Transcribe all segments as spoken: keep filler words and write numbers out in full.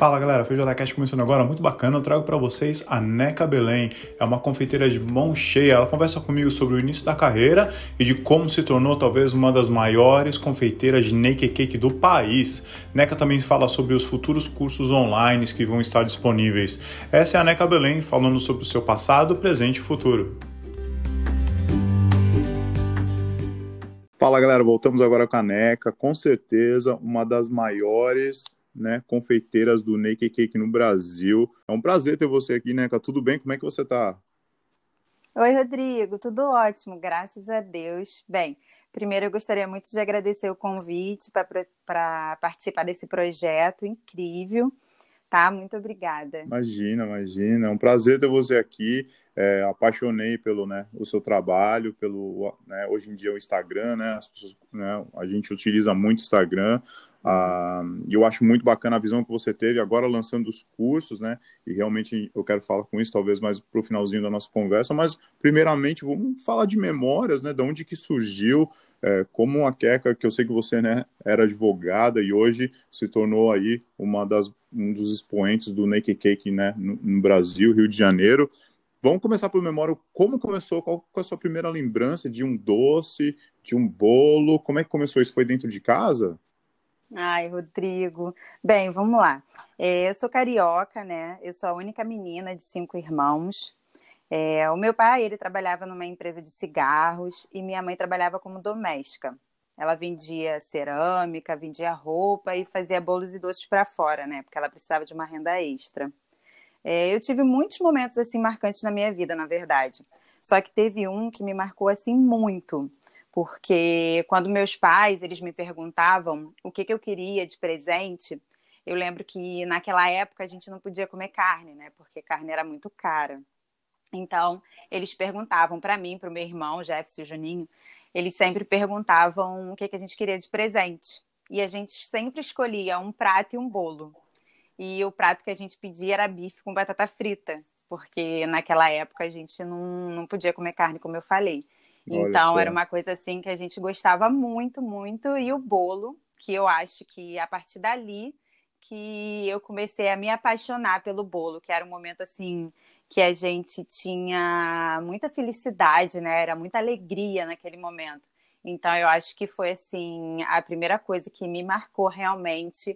Fala galera, foi o JCast começando agora, muito bacana, eu trago para vocês a Neca Belém, é uma confeiteira de mão cheia, ela conversa comigo sobre o início da carreira e de como se tornou talvez uma das maiores confeiteiras de naked cake do país. Neca também fala sobre os futuros cursos online que vão estar disponíveis. Essa é a Neca Belém falando sobre o seu passado, presente e futuro. Fala galera, voltamos agora com a Neca, com certeza uma das maiores, né, confeiteiras do naked cake no Brasil. É um prazer ter você aqui, Neca. Tudo bem? Como é que você tá? Oi, Rodrigo, tudo ótimo, graças a Deus. Bem, primeiro eu gostaria muito de agradecer o convite para participar desse projeto incrível, tá? Muito obrigada. Imagina, imagina. É um prazer ter você aqui. É, apaixonei pelo, né, o seu trabalho, pelo, né, hoje em dia o Instagram, né, as pessoas, né, a gente utiliza muito o Instagram. Uhum. Ah, e eu acho muito bacana a visão que você teve agora lançando os cursos, né? E realmente eu quero falar com isso, talvez mais para o finalzinho da nossa conversa. Mas primeiramente vamos falar de memórias, né? De onde que surgiu, é, como a Queca, que eu sei que você, né, era advogada e hoje se tornou aí uma das um dos expoentes do naked cake, né, no, no Brasil, Rio de Janeiro. Vamos começar pelo memória. Como começou? Qual foi a sua primeira lembrança de um doce, de um bolo? Como é que começou isso? Foi dentro de casa? Ai, Rodrigo. Bem, vamos lá. É, eu sou carioca, né? Eu sou a única menina de cinco irmãos. É, o meu pai, ele trabalhava numa empresa de cigarros e minha mãe trabalhava como doméstica. Ela vendia cerâmica, vendia roupa e fazia bolos e doces para fora, né? Porque ela precisava de uma renda extra. É, eu tive muitos momentos assim marcantes na minha vida, na verdade. Só que teve um que me marcou assim muito, porque quando meus pais eles me perguntavam o que que eu queria de presente, eu lembro que naquela época a gente não podia comer carne, né? Porque carne era muito cara. Então, eles perguntavam para mim, para o meu irmão, Jefferson e o Juninho, eles sempre perguntavam o que que a gente queria de presente. E a gente sempre escolhia um prato e um bolo. E o prato que a gente pedia era bife com batata frita, porque naquela época a gente não, não podia comer carne, como eu falei. Olha Então, era só. uma coisa assim que a gente gostava muito, muito. E o bolo, que eu acho que a partir dali que eu comecei a me apaixonar pelo bolo, que era um momento assim que a gente tinha muita felicidade, né? Era muita alegria naquele momento. Então, eu acho que foi assim a primeira coisa que me marcou realmente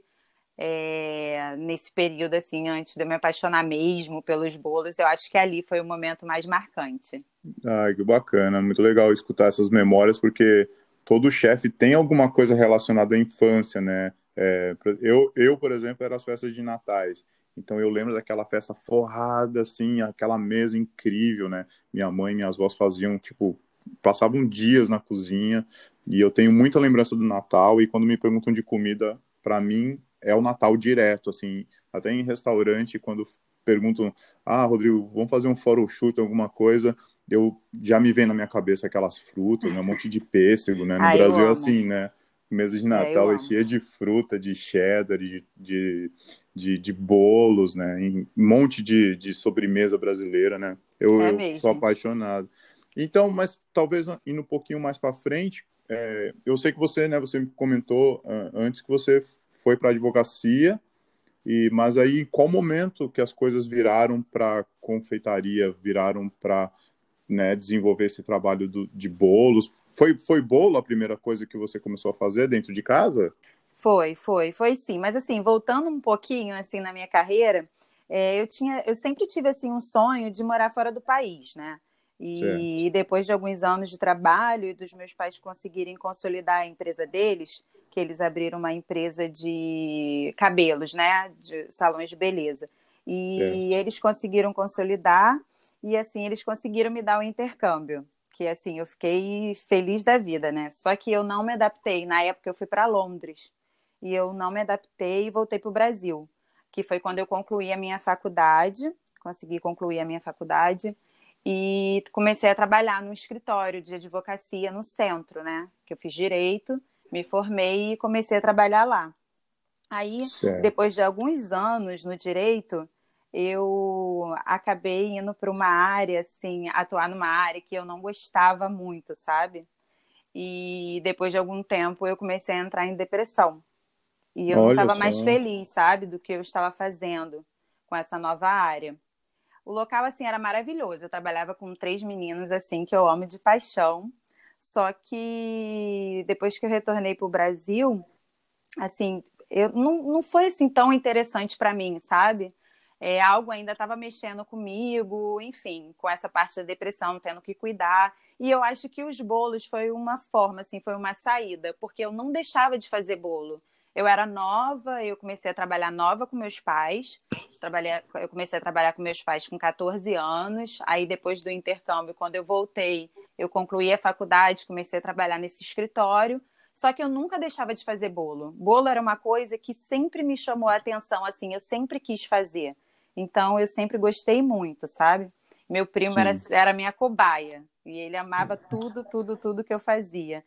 é, nesse período assim, antes de eu me apaixonar mesmo pelos bolos. Eu acho que ali foi o momento mais marcante. Ai, que bacana. Muito legal escutar essas memórias, porque todo chefe tem alguma coisa relacionada à infância, né? É, eu, eu, por exemplo, era as festas de natais. Então eu lembro daquela festa forrada, assim, aquela mesa incrível, né? Minha mãe e minhas avós faziam, tipo, passavam dias na cozinha. E eu tenho muita lembrança do Natal. E quando me perguntam de comida, para mim é o Natal direto, assim. Até em restaurante, quando perguntam, ah, Rodrigo, vamos fazer um photoshoot, alguma coisa, eu já me vem na minha cabeça aquelas frutas, né? Um monte de pêssego, né? No Ah, eu Brasil é amo. assim, né? Mesa de É, eu Natal é amo. cheia de fruta, de cheddar, de, de, de, de bolos, né? Um monte de, de sobremesa brasileira, né? Eu, É eu sou mesmo. apaixonado. Então, mas talvez indo um pouquinho mais para frente, é, eu sei que você, né? Você me comentou uh, antes que você foi para a advocacia, e, mas aí, em qual momento que as coisas viraram para confeitaria, viraram para, né, desenvolver esse trabalho do, de bolos? Foi, foi bolo a primeira coisa que você começou a fazer dentro de casa? Foi, foi, foi sim. Mas assim, voltando um pouquinho assim na minha carreira, é, eu tinha, eu sempre tive assim um sonho de morar fora do país, né? Certo. E depois de alguns anos de trabalho e dos meus pais conseguirem consolidar a empresa deles, que eles abriram uma empresa de cabelos, né? De salões de beleza. Certo. E eles conseguiram consolidar e assim eles conseguiram me dar o intercâmbio. Que assim, eu fiquei feliz da vida, né? Só que eu não me adaptei. Na época eu fui para Londres e eu não me adaptei e voltei para o Brasil, que foi quando eu concluí a minha faculdade, consegui concluir a minha faculdade e comecei a trabalhar no escritório de advocacia no centro, né? Que eu fiz direito, me formei e comecei a trabalhar lá. Aí, Certo. depois de alguns anos no direito, eu acabei indo para uma área, assim, atuar numa área que eu não gostava muito, sabe? E depois de algum tempo eu comecei a entrar em depressão. E eu não Olha estava mais só. feliz, sabe, do que eu estava fazendo com essa nova área. O local, assim, era maravilhoso. Eu trabalhava com três meninos, assim, que eu amo de paixão. Só que depois que eu retornei para o Brasil, assim, eu, não, não foi assim tão interessante para mim, sabe? É, algo ainda estava mexendo comigo, enfim, com essa parte da depressão, tendo que cuidar. E eu acho que os bolos foi uma forma, assim, foi uma saída, porque eu não deixava de fazer bolo. Eu era nova, eu comecei a trabalhar nova com meus pais. Trabalhei, eu comecei a trabalhar com meus pais com quatorze anos. Aí, depois do intercâmbio, quando eu voltei, eu concluí a faculdade, comecei a trabalhar nesse escritório. Só que eu nunca deixava de fazer bolo. Bolo era uma coisa que sempre me chamou a atenção, assim, eu sempre quis fazer. Então, eu sempre gostei muito, sabe? Meu primo era, Sim. era minha cobaia. E ele amava tudo, tudo, tudo que eu fazia.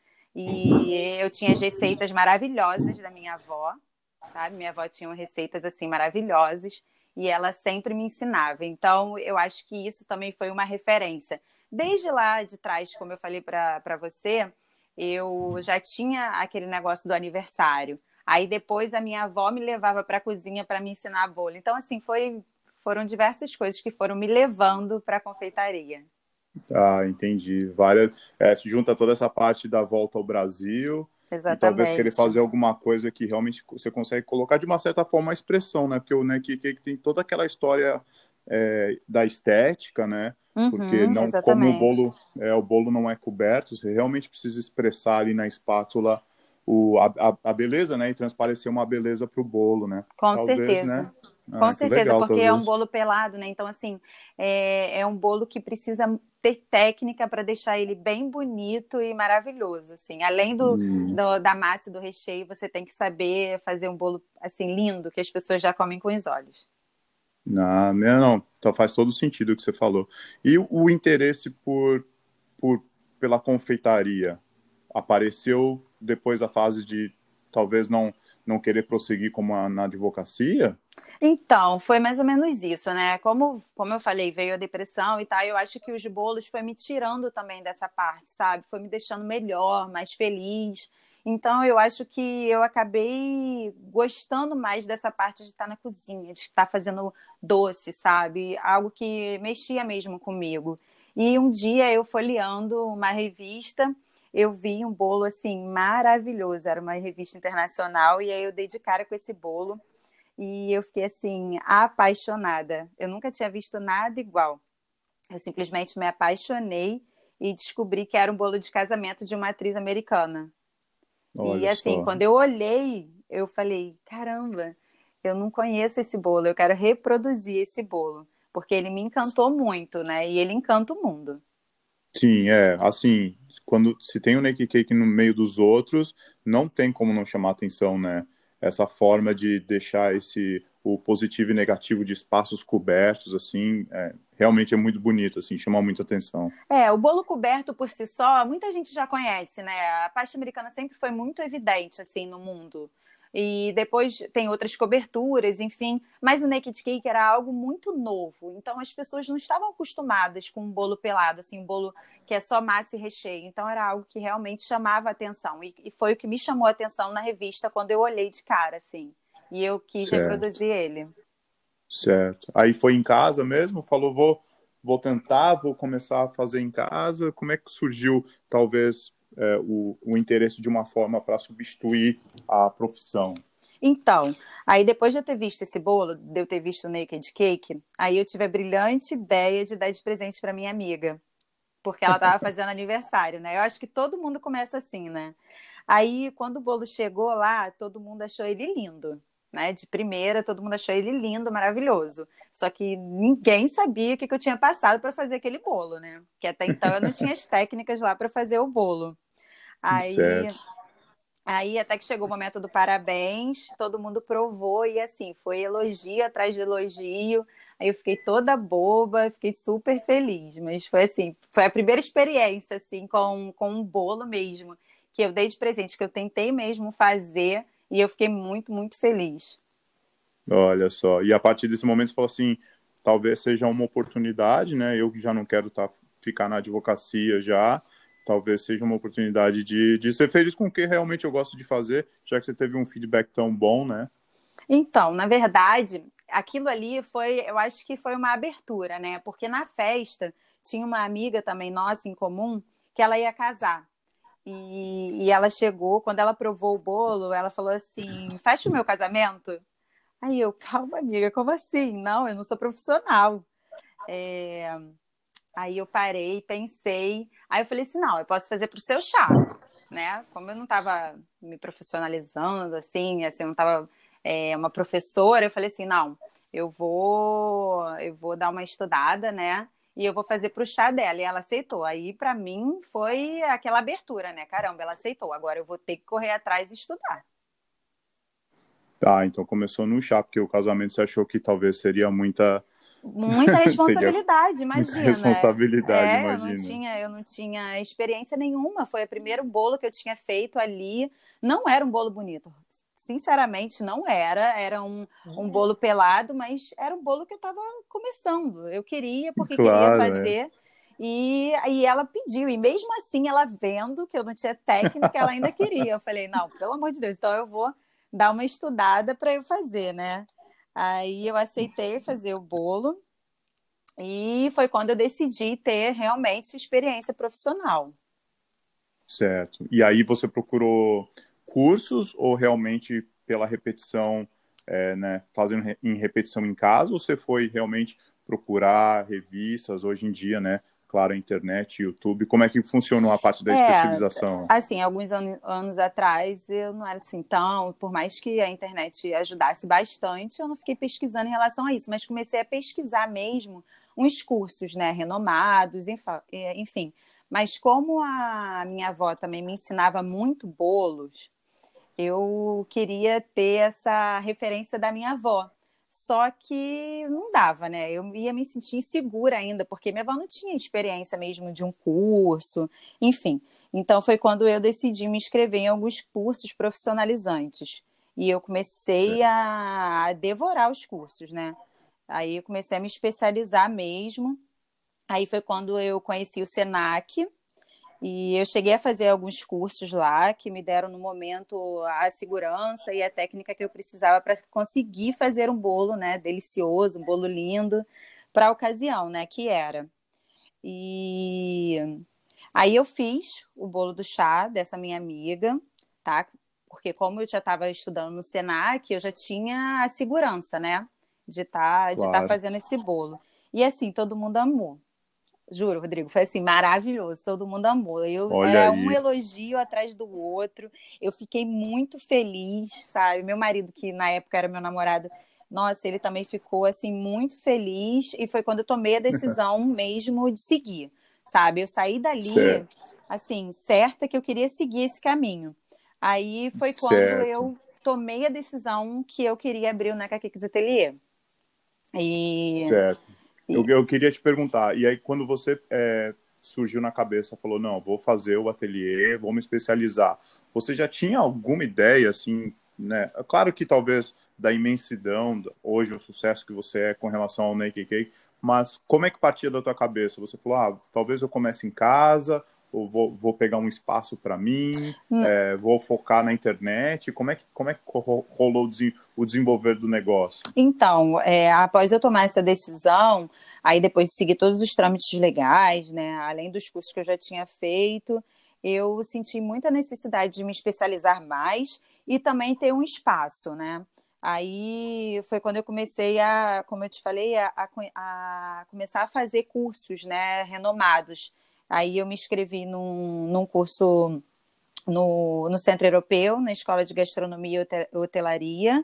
E eu tinha as receitas maravilhosas da minha avó, sabe? Minha avó tinha receitas, assim, maravilhosas. E ela sempre me ensinava. Então, eu acho que isso também foi uma referência. Desde lá de trás, como eu falei para você, eu já tinha aquele negócio do aniversário. Aí depois a minha avó me levava para a cozinha para me ensinar bolo. Então, assim, foi, foram diversas coisas que foram me levando para a confeitaria. Ah, entendi. Várias, é, se junta toda essa parte da volta ao Brasil e talvez querer Exatamente. fazer alguma coisa que realmente você consegue colocar de uma certa forma a expressão, né? Porque o Neck Cake tem toda aquela história é, da estética, né? Porque Uhum, não como o exatamente. bolo é o bolo não é coberto, você realmente precisa expressar ali na espátula o, a, a, a beleza, né? E transparecer uma beleza para o bolo, né? Com Talvez, né? certeza. Com Ah, que certeza, legal, porque é um talvez. bolo pelado, né? Então, assim, é, é um bolo que precisa ter técnica para deixar ele bem bonito e maravilhoso, assim. Além do, Hum. do- da massa e do recheio, você tem que saber fazer um bolo, assim, lindo, que as pessoas já comem com os olhos. Não, não, não. Então faz todo sentido o que você falou. E o interesse por, por pela confeitaria apareceu depois da fase de talvez não não querer prosseguir como a- na advocacia? Então, foi mais ou menos isso, né? Como, como eu falei, veio a depressão e tal, eu acho que os bolos foi me tirando também dessa parte, sabe? Foi me deixando melhor, mais feliz. Então, eu acho que eu acabei gostando mais dessa parte de estar na cozinha, de estar fazendo doce, sabe? Algo que mexia mesmo comigo. E um dia eu folheando uma revista, eu vi um bolo assim maravilhoso, era uma revista internacional, e aí eu dei de cara com esse bolo. E eu fiquei assim, apaixonada. Eu nunca tinha visto nada igual. Eu simplesmente me apaixonei e descobri que era um bolo de casamento de uma atriz americana. E Olha assim, só. quando eu olhei, eu falei: caramba, eu não conheço esse bolo, eu quero reproduzir esse bolo. Porque ele me encantou muito, né? E ele encanta o mundo. Sim, é, assim, quando se tem o Naked Cake no meio dos outros, não tem como não chamar atenção, né? Essa forma de deixar esse o positivo e negativo de espaços cobertos, assim, é, realmente é muito bonito, assim, chama muita atenção. É, o bolo coberto por si só, muita gente já conhece, né? A pasta americana sempre foi muito evidente, assim, no mundo. E depois tem outras coberturas, enfim. Mas o naked cake era algo muito novo. Então as pessoas não estavam acostumadas com um bolo pelado, assim, um bolo que é só massa e recheio. Então era algo que realmente chamava a atenção. E, e foi o que me chamou a atenção na revista quando eu olhei de cara, assim. E eu quis Certo, reproduzir ele. certo. Aí foi em casa mesmo? Falou, vou, vou tentar, vou começar a fazer em casa. Como é que surgiu, talvez, é, o, o interesse de uma forma para substituir a profissão? Então, aí depois de eu ter visto esse bolo, de eu ter visto o Naked Cake, aí eu tive a brilhante ideia de dar de presente para minha amiga, porque ela estava fazendo aniversário, né? Eu acho que todo mundo começa assim, né? Aí, quando o bolo chegou lá, todo mundo achou ele lindo, né? De primeira, todo mundo achou ele lindo, maravilhoso. Só que ninguém sabia o que que eu tinha passado para fazer aquele bolo, né? Que até então eu não tinha as técnicas lá para fazer o bolo. Aí Certo. Aí até que chegou o momento do parabéns, todo mundo provou e assim, foi elogio atrás de elogio. Aí eu fiquei toda boba, fiquei super feliz, mas foi assim, foi a primeira experiência assim com, com um bolo mesmo, que eu dei de presente, que eu tentei mesmo fazer e eu fiquei muito, muito feliz. Olha só. E a partir desse momento você falou assim, talvez seja uma oportunidade, né? Eu que já não quero tá, ficar na advocacia já, talvez seja uma oportunidade de, de ser feliz com o que realmente eu gosto de fazer, já que você teve um feedback tão bom, né? Então, na verdade, aquilo ali foi, eu acho que foi uma abertura, né? Porque na festa tinha uma amiga também nossa em comum que ela ia casar. E, e ela chegou, quando ela provou o bolo, ela falou assim: faz pro meu casamento? Aí eu, calma, amiga, como assim? Não, eu não sou profissional. É, Aí eu parei, pensei. Aí eu falei assim: não, eu posso fazer pro seu chá, né? Como eu não estava me profissionalizando, assim, assim, eu não estava é, uma professora, eu falei assim: não, eu vou, eu vou dar uma estudada, né? E eu vou fazer pro chá dela. E ela aceitou. Aí, para mim, foi aquela abertura, né? Caramba, ela aceitou. Agora eu vou ter que correr atrás e estudar. Tá, então começou no chá, porque o casamento você achou que talvez seria muita. Muita Seria responsabilidade, muita imagina. responsabilidade, É, eu não imagina. tinha, eu não tinha experiência nenhuma. Foi o primeiro bolo que eu tinha feito ali. Não era um bolo bonito. Sinceramente, não era. Era um, um bolo pelado, mas era um bolo que eu estava começando. Eu queria, porque queria Claro, é. fazer. E aí ela pediu, e mesmo assim, ela vendo que eu não tinha técnica, ela ainda queria. Eu falei, não, pelo amor de Deus, então eu vou dar uma estudada para eu fazer, né? Aí eu aceitei fazer o bolo e foi quando eu decidi ter realmente experiência profissional. Certo. E aí você procurou cursos ou realmente pela repetição, é, né, fazendo re- em repetição em casa, ou você foi realmente procurar revistas hoje em dia, né? Claro, a internet, YouTube. Como é que funcionou a parte da É, especialização? assim, alguns an- anos atrás eu não era assim tão, por mais que a internet ajudasse bastante, eu não fiquei pesquisando em relação a isso, mas comecei a pesquisar mesmo uns cursos, né, renomados, enfa- é, enfim. Mas como a minha avó também me ensinava muito bolos, eu queria ter essa referência da minha avó. Só que não dava, né? Eu ia me sentir insegura ainda, porque minha avó não tinha experiência mesmo de um curso, enfim. Então foi quando eu decidi me inscrever em alguns cursos profissionalizantes. E eu comecei Certo. a, a devorar os cursos, né? Aí eu comecei a me especializar mesmo. Aí foi quando eu conheci o Senac, e eu cheguei a fazer alguns cursos lá que me deram no momento a segurança e a técnica que eu precisava para conseguir fazer um bolo, né, delicioso, um bolo lindo para a ocasião, né, que era. E aí eu fiz o bolo do chá dessa minha amiga, tá? Porque como eu já estava estudando no Senac, eu já tinha a segurança, né, de estar de estar Claro. fazendo esse bolo. E assim, todo mundo amou. Juro, Rodrigo, foi assim, maravilhoso, todo mundo amou. Eu, Olha era um aí. elogio atrás do outro, eu fiquei muito feliz, sabe? Meu marido, que na época era meu namorado, nossa, ele também ficou assim, muito feliz, e foi quando eu tomei a decisão mesmo de seguir, sabe? Eu saí dali, Certo. assim, certa que eu queria seguir esse caminho. Aí foi quando Certo. eu tomei a decisão que eu queria abrir o Naka Cakes Atelier. E, Certo. Eu, e eu queria te perguntar, e aí quando você é, surgiu na cabeça, falou, não, vou fazer o ateliê, vou me especializar, você já tinha alguma ideia, assim, né? É claro que talvez da imensidão, hoje o sucesso que você é com relação ao Naked Cake, mas como é que partia da tua cabeça? Você falou, ah, talvez eu comece em casa, ou vou, vou pegar um espaço para mim, é, vou focar na internet, como é que, como é que rolou o desen- o desenvolver do negócio? Então, é, após eu tomar essa decisão, aí depois de seguir todos os trâmites legais, né, além dos cursos que eu já tinha feito, eu senti muita necessidade de me especializar mais e também ter um espaço, né? Aí foi quando eu comecei a, como eu te falei, a, a, a começar a fazer cursos, né, renomados. Aí eu me inscrevi num, num curso no, no Centro Europeu, na Escola de Gastronomia e Hotelaria,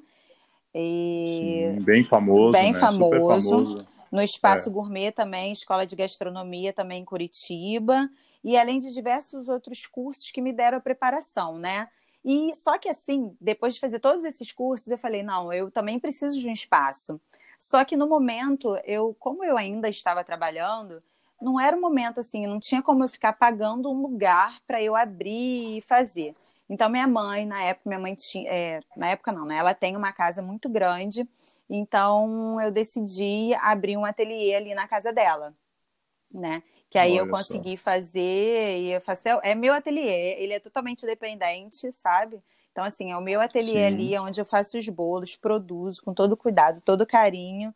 e Sim, bem famoso, bem né? Super famoso. famoso. No É, Espaço Gourmet também, Escola de Gastronomia também em Curitiba, e além de diversos outros cursos que me deram a preparação, né? E só que assim, depois de fazer todos esses cursos, eu falei, não, eu também preciso de um espaço. Só que no momento, eu, como eu ainda estava trabalhando, não era um momento assim, não tinha como eu ficar pagando um lugar para eu abrir e fazer. Então, minha mãe, na época, minha mãe tinha. É, na época não, né? Ela tem uma casa muito grande, então eu decidi abrir um ateliê ali na casa dela, né? que aí eu Olha só. consegui fazer, e eu faço, é meu ateliê, ele é totalmente independente, sabe? Então, assim, é o meu ateliê Sim. ali, onde eu faço os bolos, produzo com todo cuidado, todo carinho,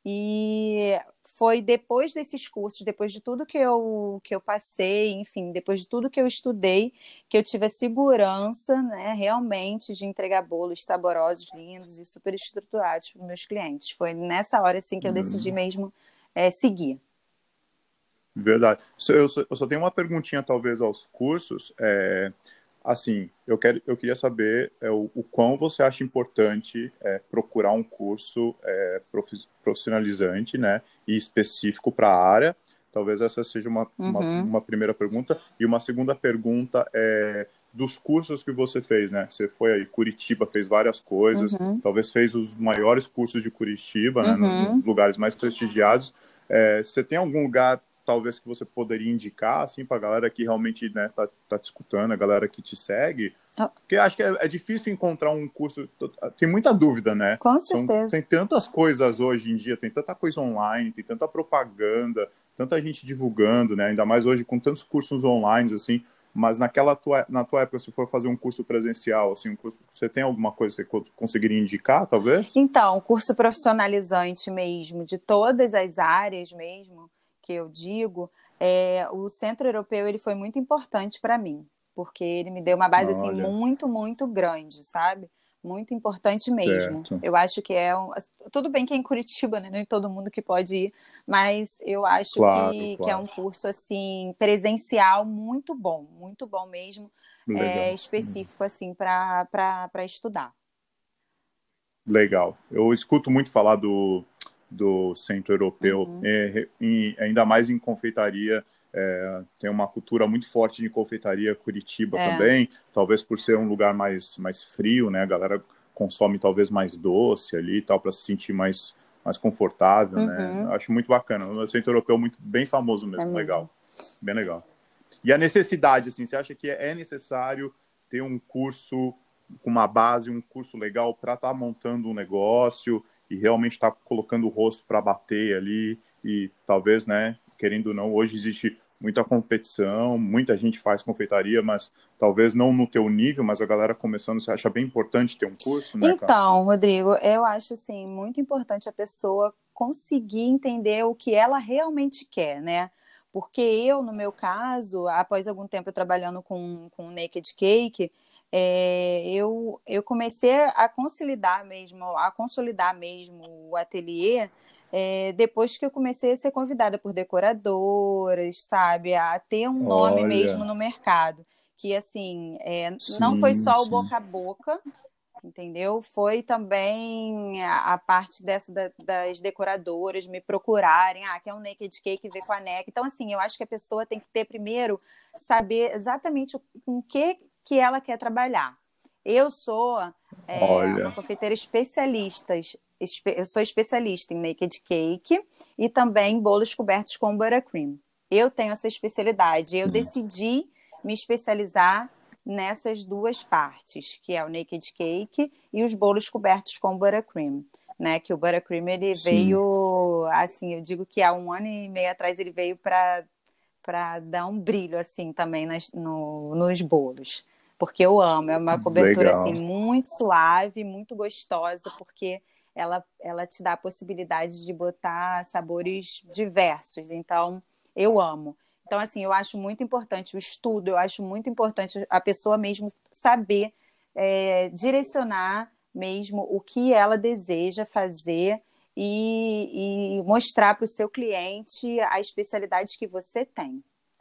e foi depois desses cursos, depois de tudo que eu, que eu passei, enfim, depois de tudo que eu estudei, que eu tive a segurança, né, realmente, de entregar bolos saborosos, lindos e super estruturados para os meus clientes. Foi nessa hora, assim, que eu decidi Hum, mesmo é, seguir. Verdade. So- Eu só, eu só tenho uma perguntinha, talvez, aos cursos. É, assim, eu, quero, eu queria saber é, o, o quão você acha importante é, procurar um curso é, profi- profissionalizante, né, e específico para a área. Talvez essa seja uma, uma, Uhum, uma primeira pergunta. E uma segunda pergunta é dos cursos que você fez, né? Você foi aí, Curitiba, fez várias coisas, uhum, talvez fez os maiores cursos de Curitiba, né, no- nos uhum. lugares mais prestigiados. É, você tem algum lugar talvez que você poderia indicar assim para a galera que realmente né tá, tá te escutando, a galera que te segue, porque acho que é, é difícil encontrar um curso, tem muita dúvida, né? Com São, certeza. tem tantas coisas hoje em dia, tem tanta coisa online, tem tanta propaganda, tanta gente divulgando, né? Ainda mais hoje com tantos cursos online assim. Mas naquela tua, na tua época, se for fazer um curso presencial, assim, um curso, você tem alguma coisa que você conseguiria indicar, talvez? Então, curso profissionalizante mesmo, de todas as áreas mesmo, que eu digo, é, o Centro Europeu ele foi muito importante para mim, porque ele me deu uma base assim Olha, muito, muito grande, sabe? Muito importante mesmo. certo. Eu acho que é um... Tudo bem que é em Curitiba, né? Nem todo mundo que pode ir, mas eu acho Claro, que, que é claro. um curso assim presencial muito bom, muito bom mesmo, é, Legal. específico assim para para estudar. Legal. Eu escuto muito falar do, do Centro Europeu, Uhum. é, e ainda mais em confeitaria. É, tem uma cultura muito forte de confeitaria, Curitiba É. também, talvez por ser um lugar mais, mais frio, né? A galera consome talvez mais doce ali e tal, para se sentir mais, mais confortável, né? Eu Uhum, acho muito bacana. O Centro Europeu é muito bem famoso é mesmo, mesmo. legal. Bem legal. E a necessidade, assim, você acha que é necessário ter um curso com uma base, um curso legal para estar tá montando um negócio e realmente estar tá colocando o rosto para bater ali e talvez, né, querendo ou não, hoje existe muita competição, muita gente faz confeitaria, mas talvez não no teu nível, mas a galera começando, você acha bem importante ter um curso, né, cara? Então, Rodrigo, eu acho assim muito importante a pessoa conseguir entender o que ela realmente quer, né? Porque eu, no meu caso, após algum tempo trabalhando com, com Naked Cake, é, eu, eu comecei a consolidar mesmo, a consolidar mesmo o ateliê, é, depois que eu comecei a ser convidada por decoradoras, sabe? A ter um nome mesmo Olha, no mercado. Que assim, é, não foi sim, só o sim. boca a boca, entendeu? Foi também a, a parte dessa da- das decoradoras me procurarem, ah, quer um naked cake, ver com a NEC. Então, assim, eu acho que a pessoa tem que ter primeiro saber exatamente com o que que ela quer trabalhar. Eu sou é, uma Olha, confeiteira especialista, espe- eu sou especialista em naked cake e também em bolos cobertos com buttercream. Eu tenho essa especialidade. Eu sim, decidi me especializar nessas duas partes, que é o naked cake e os bolos cobertos com buttercream, né? Que o buttercream ele sim, veio, assim, eu digo que há um ano e meio atrás ele veio para para dar um brilho assim também nas, no, nos bolos, porque eu amo, é uma cobertura assim legal. muito suave, muito gostosa, porque ela ela te dá a possibilidade de botar sabores diversos, então eu amo. Então, assim, eu acho muito importante o estudo, eu acho muito importante a pessoa mesmo saber é, direcionar mesmo o que ela deseja fazer e, e mostrar para o seu cliente a especialidade que você tem.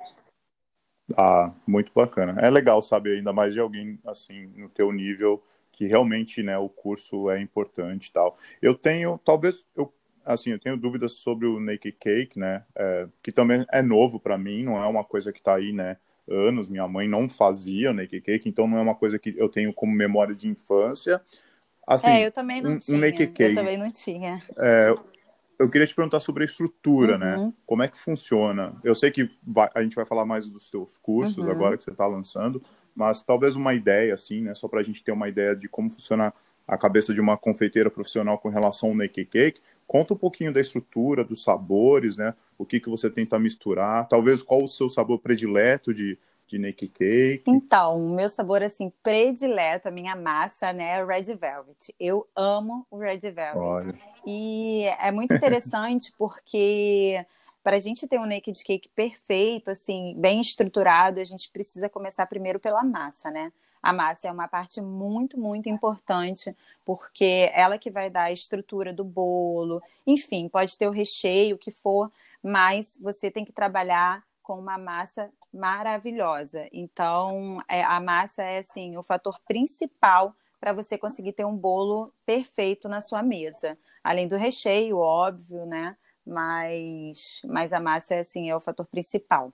Ah, muito bacana. É legal saber ainda mais de alguém assim no teu nível que realmente, né, o curso é importante e tal. Eu tenho, talvez eu assim, eu tenho dúvidas sobre o Naked Cake, né, é, que também é novo para mim, não é uma coisa que está aí, né, anos. Minha mãe não fazia o Naked Cake, então não é uma coisa que eu tenho como memória de infância. É, Assim, eu também não um, um Naked tinha, eu Cake, também não tinha. eu queria te perguntar sobre a estrutura, né? Uhum, Como é que funciona? Eu sei que vai- a gente vai falar mais dos teus cursos agora uhum. que você está lançando, mas talvez uma ideia, assim, né? Só para a gente ter uma ideia de como funciona a cabeça de uma confeiteira profissional com relação ao naked cake. Conta um pouquinho da estrutura, dos sabores, né? O que, que você tenta misturar, talvez qual o seu sabor predileto de, de Naked Cake. Então, o meu sabor, assim, predileto, a minha massa, né, é o Red Velvet. Eu amo o Red Velvet. Olha, E é muito interessante porque para a gente ter um naked cake perfeito, assim, bem estruturado, a gente precisa começar primeiro pela massa, né? A massa é uma parte muito, muito importante, porque ela que vai dar a estrutura do bolo. Enfim, pode ter o recheio, o que for, mas você tem que trabalhar com uma massa maravilhosa. Então, é, a massa é assim o fator principal para você conseguir ter um bolo perfeito na sua mesa. Além do recheio, óbvio, né? Mas, mas a massa é assim é o fator principal.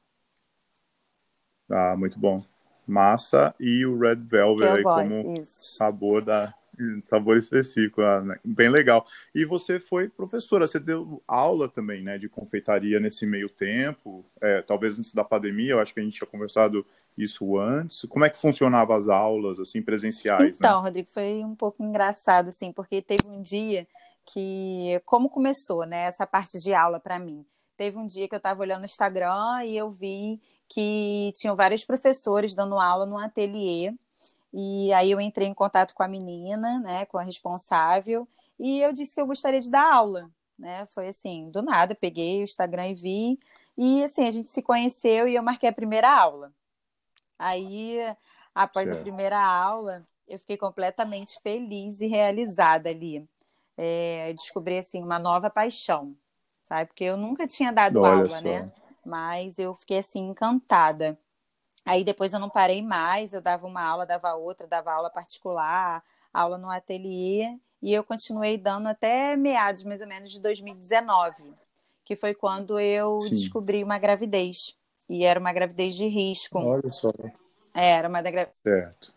ah, muito bom. Massa e o Red Que Velvet eu aí gosto, como isso. sabor da sabor específico, ah, né? Bem legal. E você foi professora, você deu aula também, né, de confeitaria nesse meio tempo, é, talvez antes da pandemia, eu acho que a gente tinha conversado isso antes. Como é que funcionava as aulas, assim, presenciais, né? Então, Rodrigo, foi um pouco engraçado, assim, porque teve um dia que, como começou, né, essa parte de aula para mim? Teve um dia que eu estava olhando no Instagram e eu vi que tinham vários professores dando aula no ateliê. E aí eu entrei em contato com a menina, né, com a responsável, e eu disse que eu gostaria de dar aula, né? Foi assim, do nada, peguei o Instagram e vi, e assim, a gente se conheceu e eu marquei a primeira aula. Aí, após a Certo. primeira aula, eu fiquei completamente feliz e realizada ali. É, descobri assim uma nova paixão, sabe? Porque eu nunca tinha dado Olha aula, né? só. Mas eu fiquei assim encantada. Aí depois eu não parei mais, eu dava uma aula, dava outra, dava aula particular, aula no ateliê, e eu continuei dando até meados mais ou menos de dois mil e dezenove, que foi quando eu Sim. descobri uma gravidez. E era uma gravidez de risco. Olha só. É, Era uma da gra... Certo.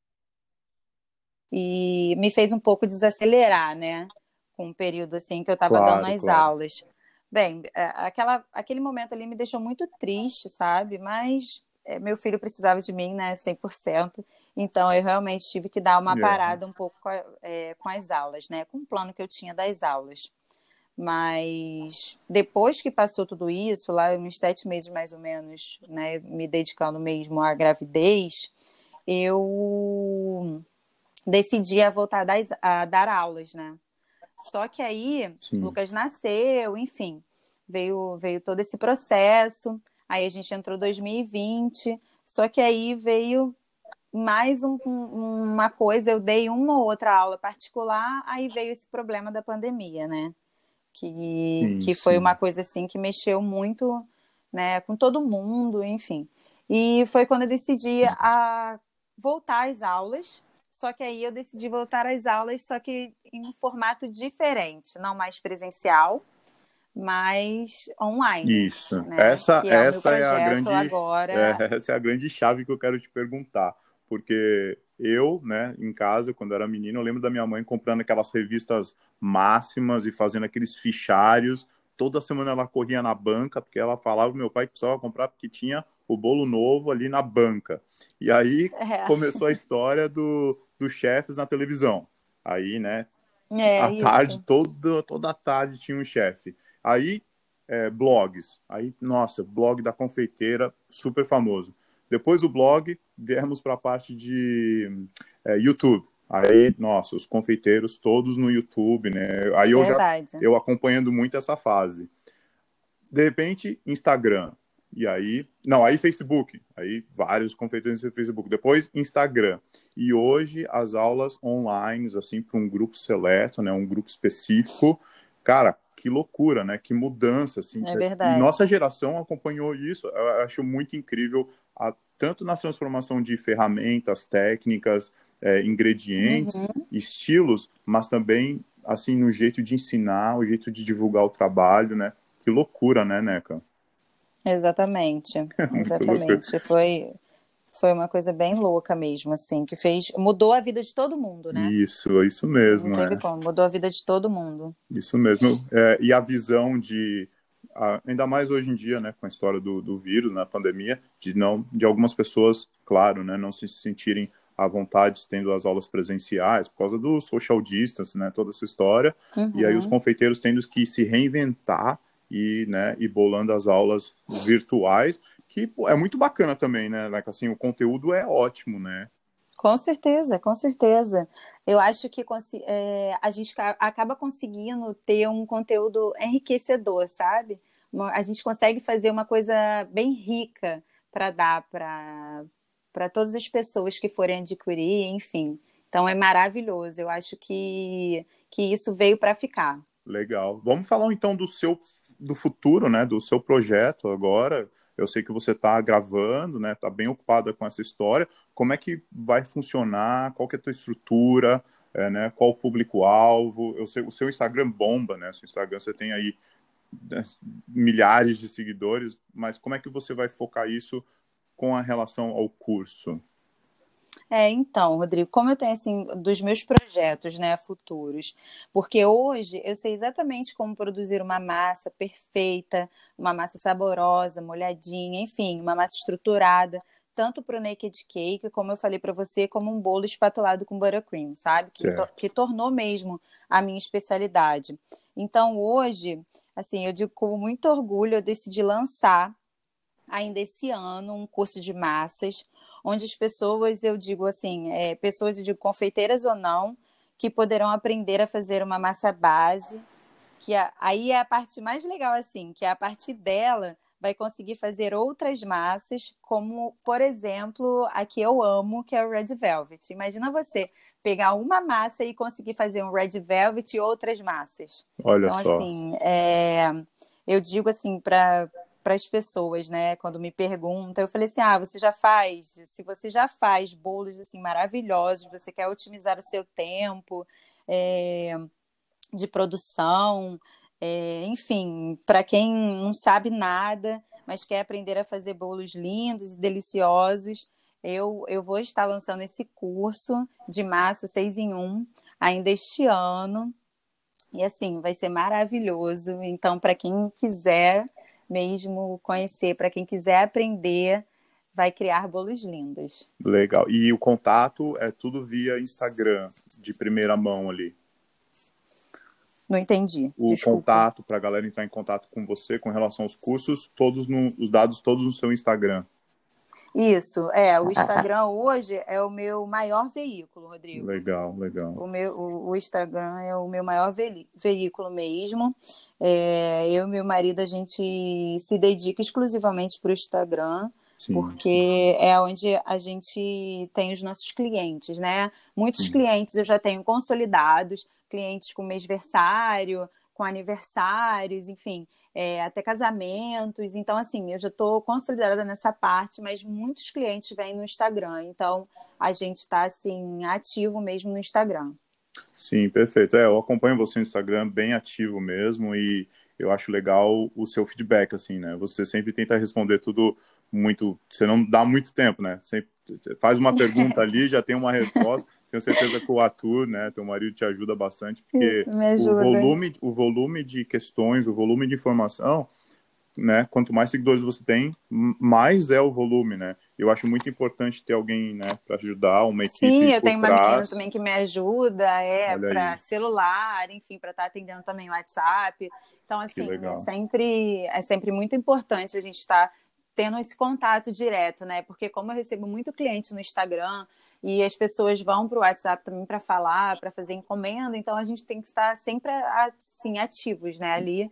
E me fez um pouco desacelerar, né? Com o período assim que eu estava dando Claro, as claro. aulas. Bem, é, aquela, aquele momento ali me deixou muito triste, sabe? Mas é, meu filho precisava de mim, né? Cem por cento. Então eu realmente tive que dar uma É. parada um pouco com, a- é, com as aulas, né? Com o plano que eu tinha das aulas. Mas depois que passou tudo isso, lá uns sete meses mais ou menos, né? Me dedicando mesmo à gravidez, eu decidi a voltar a dar, a dar aulas, né? Só que aí, Sim. Lucas nasceu, enfim, veio, veio todo esse processo. Aí a gente entrou em dois mil e vinte, só que aí veio mais um- um- uma coisa, eu dei uma ou outra aula particular, aí veio esse problema da pandemia, né? Que, Sim, que foi uma sim. coisa assim que mexeu muito, né, com todo mundo, enfim. E foi quando eu decidi a voltar às aulas, só que aí eu decidi voltar às aulas, só que em um formato diferente, não mais presencial, mas online, Isso. né? Essa, Que é o meu essa é a projeto grande, é, agora. essa é a grande chave que eu quero te perguntar, porque eu, né, em casa, quando era menino, eu lembro da minha mãe comprando aquelas revistas máximas e fazendo aqueles fichários. Toda semana ela corria na banca, porque ela falava pro meu pai que precisava comprar porque tinha o bolo novo ali na banca. E aí começou a história do, dos chefes na televisão. Aí, né, É, à é tarde, isso. toda, toda a tarde tinha um chefe. Aí, é, blogs. Aí, nossa, blog da confeiteira, super famoso. Depois do blog, viemos para a parte de é, YouTube. Aí, nossa, os confeiteiros todos no YouTube, né? Aí eu já, Verdade. eu acompanhando muito essa fase. De repente, Instagram. E aí, não, aí Facebook. Aí vários confeiteiros no Facebook. Depois, Instagram. E hoje, as aulas online, assim, para um grupo seleto, né? Um grupo específico. Cara, que loucura, né? Que mudança, assim. É E verdade. nossa geração acompanhou isso. Eu acho muito incrível, a, tanto na transformação de ferramentas, técnicas, é, ingredientes, Uhum, estilos, mas também, assim, no jeito de ensinar, o jeito de divulgar o trabalho, né? Que loucura, né, Neca? exatamente. Muito loucura. Exatamente. Foi, foi uma coisa bem louca mesmo, assim, que fez, mudou a vida de todo mundo, né? Isso, isso Não mesmo, teve é. como, mudou a vida de todo mundo. Isso mesmo. É, e a visão de, a, ainda mais hoje em dia, né, com a história do, do vírus, na pandemia, de não, de algumas pessoas, claro, né, não se sentirem à vontade tendo as aulas presenciais, por causa do social distance, né, toda essa história, e aí os Uhum. confeiteiros tendo que se reinventar e, né, e bolando as aulas virtuais, que pô, é muito bacana também, né, like, assim, o conteúdo é ótimo, né? Com certeza, com certeza. Eu acho que consi- é, a gente ca- acaba conseguindo ter um conteúdo enriquecedor, sabe? Uma- a gente consegue fazer uma coisa bem rica para dar para para todas as pessoas que forem adquirir, enfim. Então é maravilhoso. Eu acho que, que isso veio para ficar. Legal. Vamos falar então do seu do futuro, né? Do seu projeto agora. Eu sei que você está gravando, né? Está bem ocupada com essa história. Como é que vai funcionar? Qual que é a tua estrutura? É, né? Qual o público-alvo? Eu sei, o seu Instagram bomba, né? Seu Instagram você tem aí, né, milhares de seguidores, mas como é que você vai focar isso com a relação ao curso? É, então, Rodrigo, como eu tenho assim dos meus projetos, né, futuros, porque hoje eu sei exatamente como produzir uma massa perfeita, uma massa saborosa, molhadinha, enfim, uma massa estruturada, tanto para o naked cake, como eu falei para você, como um bolo espatulado com buttercream, sabe? Que me to- Certo. que tornou mesmo a minha especialidade. Então, hoje, assim, eu digo com muito orgulho, eu decidi lançar ainda esse ano um curso de massas, onde as pessoas, eu digo assim, é, pessoas, eu digo confeiteiras ou não, que poderão aprender a fazer uma massa base, que a- aí é a parte mais legal, assim, que a partir dela vai conseguir fazer outras massas, como, por exemplo, a que eu amo, que é o Red Velvet. Imagina você pegar uma massa e conseguir fazer um Red Velvet e outras massas. Olha Então, só. assim, é, eu digo assim para para as pessoas, né, quando me perguntam, eu falei assim: "Ah, você já faz? Se você já faz bolos assim maravilhosos, você quer otimizar o seu tempo, é, de produção, é, enfim, para quem não sabe nada, mas quer aprender a fazer bolos lindos e deliciosos, eu, eu vou estar lançando esse curso de massa seis em um ainda este ano. E assim, vai ser maravilhoso. Então, para quem quiser mesmo conhecer, para quem quiser aprender, vai criar bolos lindos. Legal. E o contato é tudo via Instagram, de primeira mão ali. Não entendi, O desculpa. contato para a galera entrar em contato com você com relação aos cursos, todos no, os dados todos no seu Instagram. Isso, é, o Instagram hoje é o meu maior veículo, Rodrigo. Legal, legal. O meu, o, o Instagram é o meu maior ve- veículo mesmo. É, eu e meu marido, a gente se dedica exclusivamente para o Instagram, Sim, sim, porque é onde a gente tem os nossos clientes, né? Muitos sim. clientes eu já tenho consolidados, clientes com mêsversário, com aniversários, enfim, é, até casamentos. Então, assim, eu já estou consolidada nessa parte, mas muitos clientes vêm no Instagram. Então, a gente está assim ativo mesmo no Instagram. Sim, perfeito. É, eu acompanho você no Instagram bem ativo mesmo e eu acho legal o seu feedback, assim, né? Você sempre tenta responder tudo muito, você não dá muito tempo, né? Sempre faz uma pergunta ali, já tem uma resposta. Tenho certeza que o Arthur, né, teu marido te ajuda bastante, porque Isso me o ajuda. volume, o volume de questões, o volume de informação, né? Quanto mais seguidores você tem, mais é o volume, né? Eu acho muito importante ter alguém, né, para ajudar, uma equipe Sim, eu por tenho uma menina trás. também que me ajuda, é Olha para aí, celular, enfim, para estar atendendo também o WhatsApp. Então, que assim, é legal. sempre é sempre muito importante a gente estar tendo esse contato direto, né? Porque como eu recebo muito cliente no Instagram e as pessoas vão para o WhatsApp também para falar, para fazer encomenda, então a gente tem que estar sempre assim ativos, né, ali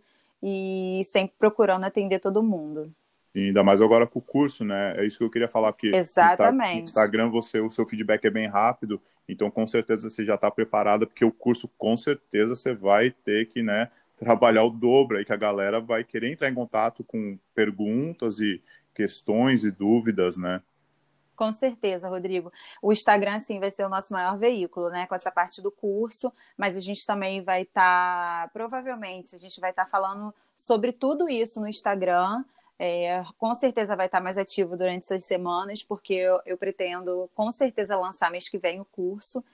e sempre procurando atender todo mundo. E ainda mais agora com o curso, né? É isso que eu queria falar, porque Insta- Exatamente. Instagram você, o seu feedback é bem rápido, então com certeza você já está preparada, porque o curso com certeza você vai ter que, né, trabalhar o dobro aí, que a galera vai querer entrar em contato com perguntas e questões e dúvidas, né? Com certeza, Rodrigo. O Instagram, sim, vai ser o nosso maior veículo, né? Com essa parte do curso, mas a gente também vai estar, provavelmente, a gente vai estar falando sobre tudo isso no Instagram. É, com certeza vai estar mais ativo durante essas semanas, porque eu, eu pretendo, com certeza, lançar mês que vem o curso.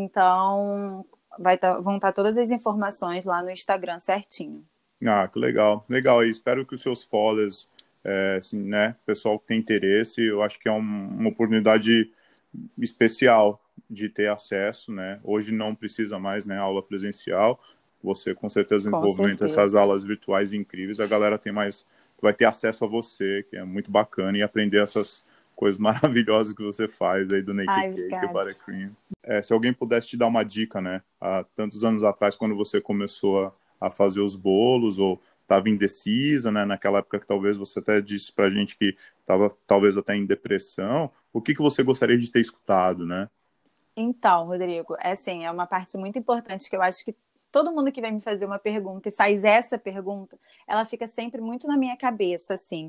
Então, vai tá, vão estar todas as informações lá no Instagram certinho. Ah, que legal. Legal aí. Espero que os seus followers, é, assim, né, pessoal que tem interesse, eu acho que é um- uma oportunidade, especial de ter acesso, né? Hoje não precisa mais, né, aula presencial. Você, com certeza, Com desenvolvendo essas certeza. aulas virtuais incríveis, a galera tem mais, vai ter acesso a você, que é muito bacana, e aprender essas coisas maravilhosas que você faz aí do Naked Ai, Cake e obrigada. Buttercream. É, se alguém pudesse te dar uma dica, né? Há tantos anos atrás, quando você começou a, a fazer os bolos, ou estava indecisa, né? Naquela época que talvez você até disse pra gente que estava talvez até em depressão, o que, que você gostaria de ter escutado, né? Então, Rodrigo, é assim, é uma parte muito importante que eu acho que todo mundo que vem me fazer uma pergunta e faz essa pergunta, ela fica sempre muito na minha cabeça, assim.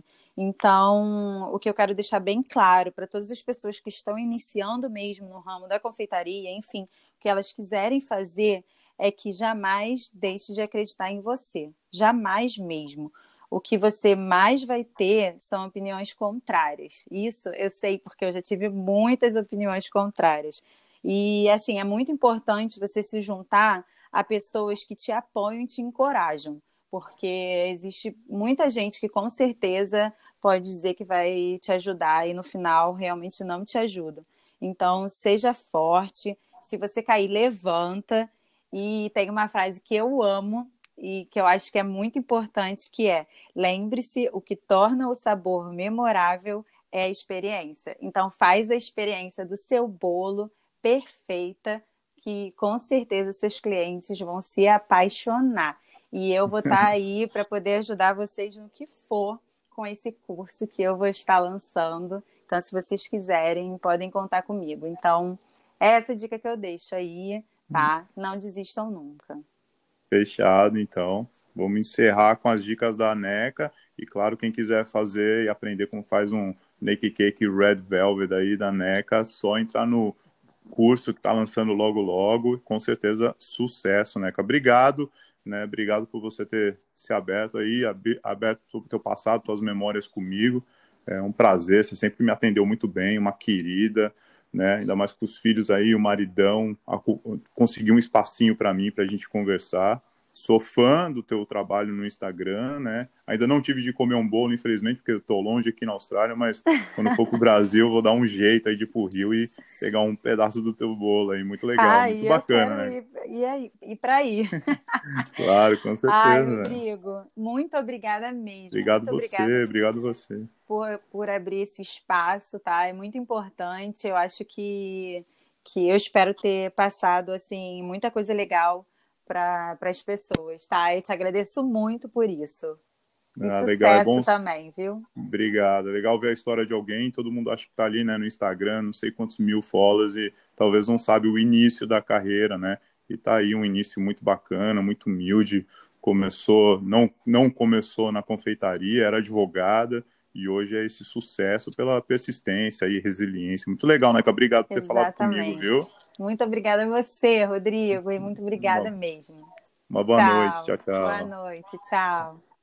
Então, o que eu quero deixar bem claro para todas as pessoas que estão iniciando mesmo no ramo da confeitaria, enfim, o que elas quiserem fazer é que jamais deixe de acreditar em você. Jamais mesmo. O que você mais vai ter são opiniões contrárias. Isso eu sei porque eu já tive muitas opiniões contrárias. E, assim, é muito importante você se juntar a pessoas que te apoiam e te encorajam, porque existe muita gente que com certeza pode dizer que vai te ajudar e no final realmente não te ajuda. Então, seja forte. Se você cair, levanta. E tem uma frase que eu amo e que eu acho que é muito importante, que é: lembre-se, o que torna o sabor memorável é a experiência. Então, faz a experiência do seu bolo perfeita, que com certeza seus clientes vão se apaixonar. E eu vou estar aí para poder ajudar vocês no que for com esse curso que eu vou estar lançando. Então, se vocês quiserem, podem contar comigo. Então, é essa dica que eu deixo aí, tá? Não desistam nunca. Fechado, então. Vamos encerrar com as dicas da NECA. E, claro, quem quiser fazer e aprender como faz um Naked Cake Red Velvet aí da NECA, só entrar no curso que está lançando logo, logo. Com certeza, sucesso, NECA. Obrigado, né? Obrigado por você ter se aberto aí, aberto sobre o teu passado, tuas memórias comigo. É um prazer, você sempre me atendeu muito bem, uma querida, né? Ainda mais com os filhos aí, o maridão, a, conseguiu um espacinho para mim, para a gente conversar. Sou fã do teu trabalho no Instagram, né? Ainda não tive de comer um bolo, infelizmente, porque eu estou longe aqui na Austrália, mas quando for pro Brasil, vou dar um jeito aí de ir pro Rio e pegar um pedaço do teu bolo aí. Muito legal, muito Ai, eu bacana, quero né? ir, ir, aí- ir para aí. Claro, com Ai, certeza, né? Rodrigo, muito obrigada mesmo. Obrigado Muito obrigada você, obrigado você. por, por abrir esse espaço, tá? É muito importante. Eu acho que, que eu espero ter passado assim muita coisa legal para as pessoas, tá? Eu te agradeço muito por isso. E Ah, legal, é sucesso bom. também, viu? Obrigado. É legal ver a história de alguém. Todo mundo acha que está ali, né, no Instagram, não sei quantos mil followers e talvez não sabe o início da carreira, né? E tá aí um início muito bacana, muito humilde. Começou, não, não começou na confeitaria, era advogada e hoje é esse sucesso pela persistência e resiliência. Muito legal, né? Obrigado por ter falado comigo, Exatamente. viu? Muito obrigada a você, Rodrigo, e muito obrigada Uma, mesmo. uma boa noite. Tchau. Tchau, Boa tchau. noite. Tchau.